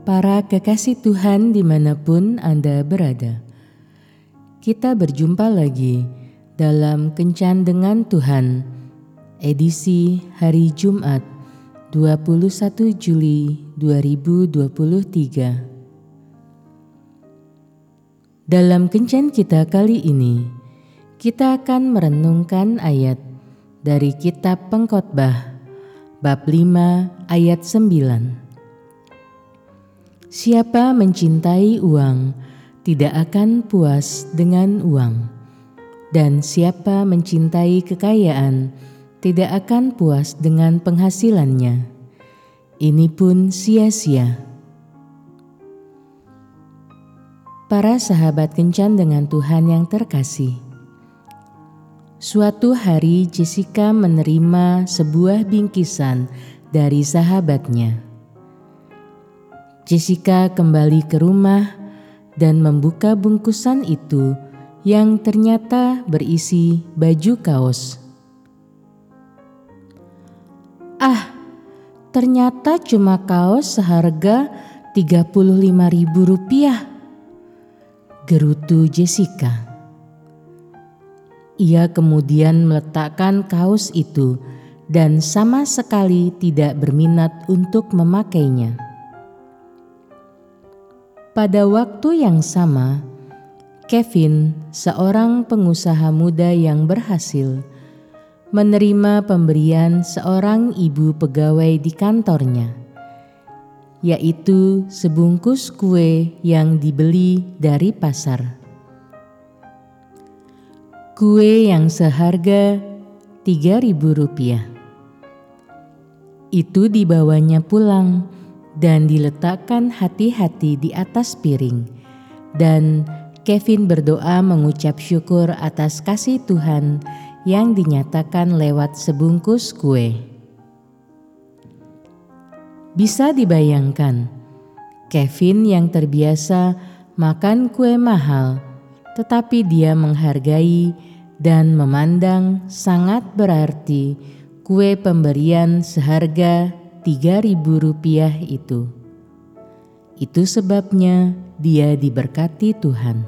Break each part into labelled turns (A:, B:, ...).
A: Para kekasih Tuhan dimanapun Anda berada, kita berjumpa lagi dalam Kencan dengan Tuhan, edisi hari Jumat 21 Juli 2023. Dalam Kencan kita kali ini, kita akan merenungkan ayat dari Kitab Pengkhotbah, bab 5 ayat 9. Siapa mencintai uang tidak akan puas dengan uang, dan siapa mencintai kekayaan tidak akan puas dengan penghasilannya. Ini pun sia-sia. Para sahabat Kencan dengan Tuhan yang terkasih, suatu hari Jessica menerima sebuah bingkisan dari sahabatnya. Jessica kembali ke rumah dan membuka bungkusan itu yang ternyata berisi baju kaos. Ternyata cuma kaos seharga Rp35.000, gerutu Jessica. Ia kemudian meletakkan kaos itu dan sama sekali tidak berminat untuk memakainya. Pada waktu yang sama, Kevin, seorang pengusaha muda yang berhasil, menerima pemberian seorang ibu pegawai di kantornya, yaitu sebungkus kue yang dibeli dari pasar. Kue yang seharga Rp3.000. Itu dibawanya pulang dan diletakkan hati-hati di atas piring, dan Kevin berdoa mengucap syukur atas kasih Tuhan yang dinyatakan lewat sebungkus kue. Bisa dibayangkan, Kevin yang terbiasa makan kue mahal, tetapi dia menghargai dan memandang sangat berarti kue pemberian seharga Rp3.000 itu. Itu sebabnya dia diberkati Tuhan.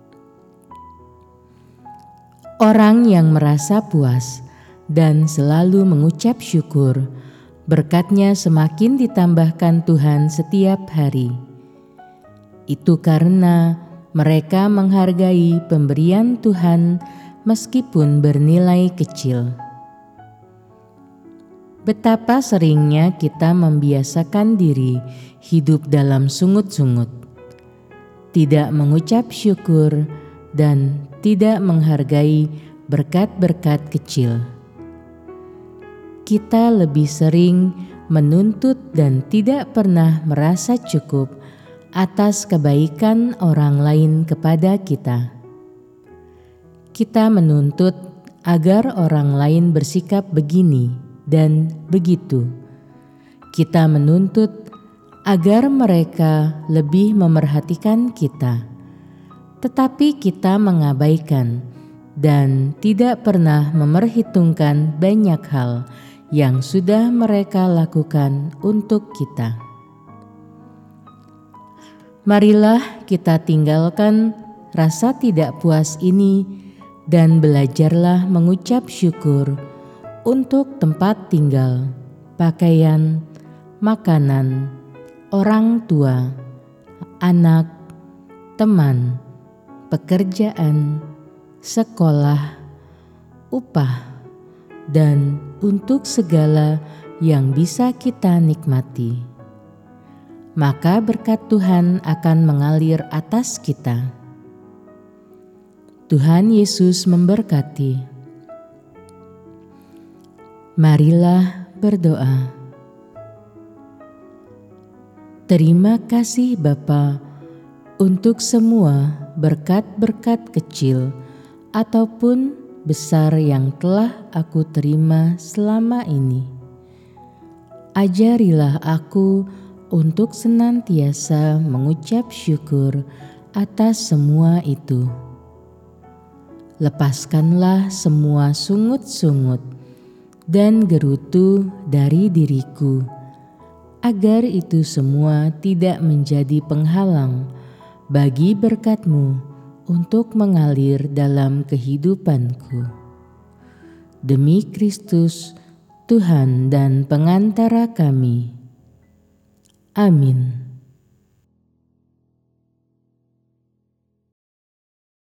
A: Orang yang merasa puas dan selalu mengucap syukur, berkatnya semakin ditambahkan Tuhan setiap hari. Itu karena mereka menghargai pemberian Tuhan meskipun bernilai kecil. Betapa seringnya kita membiasakan diri hidup dalam sungut-sungut, tidak mengucap syukur dan tidak menghargai berkat-berkat kecil. Kita lebih sering menuntut dan tidak pernah merasa cukup atas kebaikan orang lain kepada kita. Kita menuntut agar orang lain bersikap begini dan begitu. Kita menuntut agar mereka lebih memerhatikan kita, tetapi kita mengabaikan dan tidak pernah memperhitungkan banyak hal yang sudah mereka lakukan untuk kita. Marilah kita tinggalkan rasa tidak puas ini dan belajarlah mengucap syukur untuk tempat tinggal, pakaian, makanan, orang tua, anak, teman, pekerjaan, sekolah, upah, dan untuk segala yang bisa kita nikmati. Maka berkat Tuhan akan mengalir atas kita. Tuhan Yesus memberkati. Marilah berdoa. Terima kasih Bapa untuk semua berkat-berkat kecil ataupun besar yang telah aku terima selama ini. Ajarilah aku untuk senantiasa mengucap syukur atas semua itu. Lepaskanlah semua sungut-sungut dan gerutu dari diriku, agar itu semua tidak menjadi penghalang bagi berkat-Mu untuk mengalir dalam kehidupanku. Demi Kristus, Tuhan dan pengantara kami. Amin.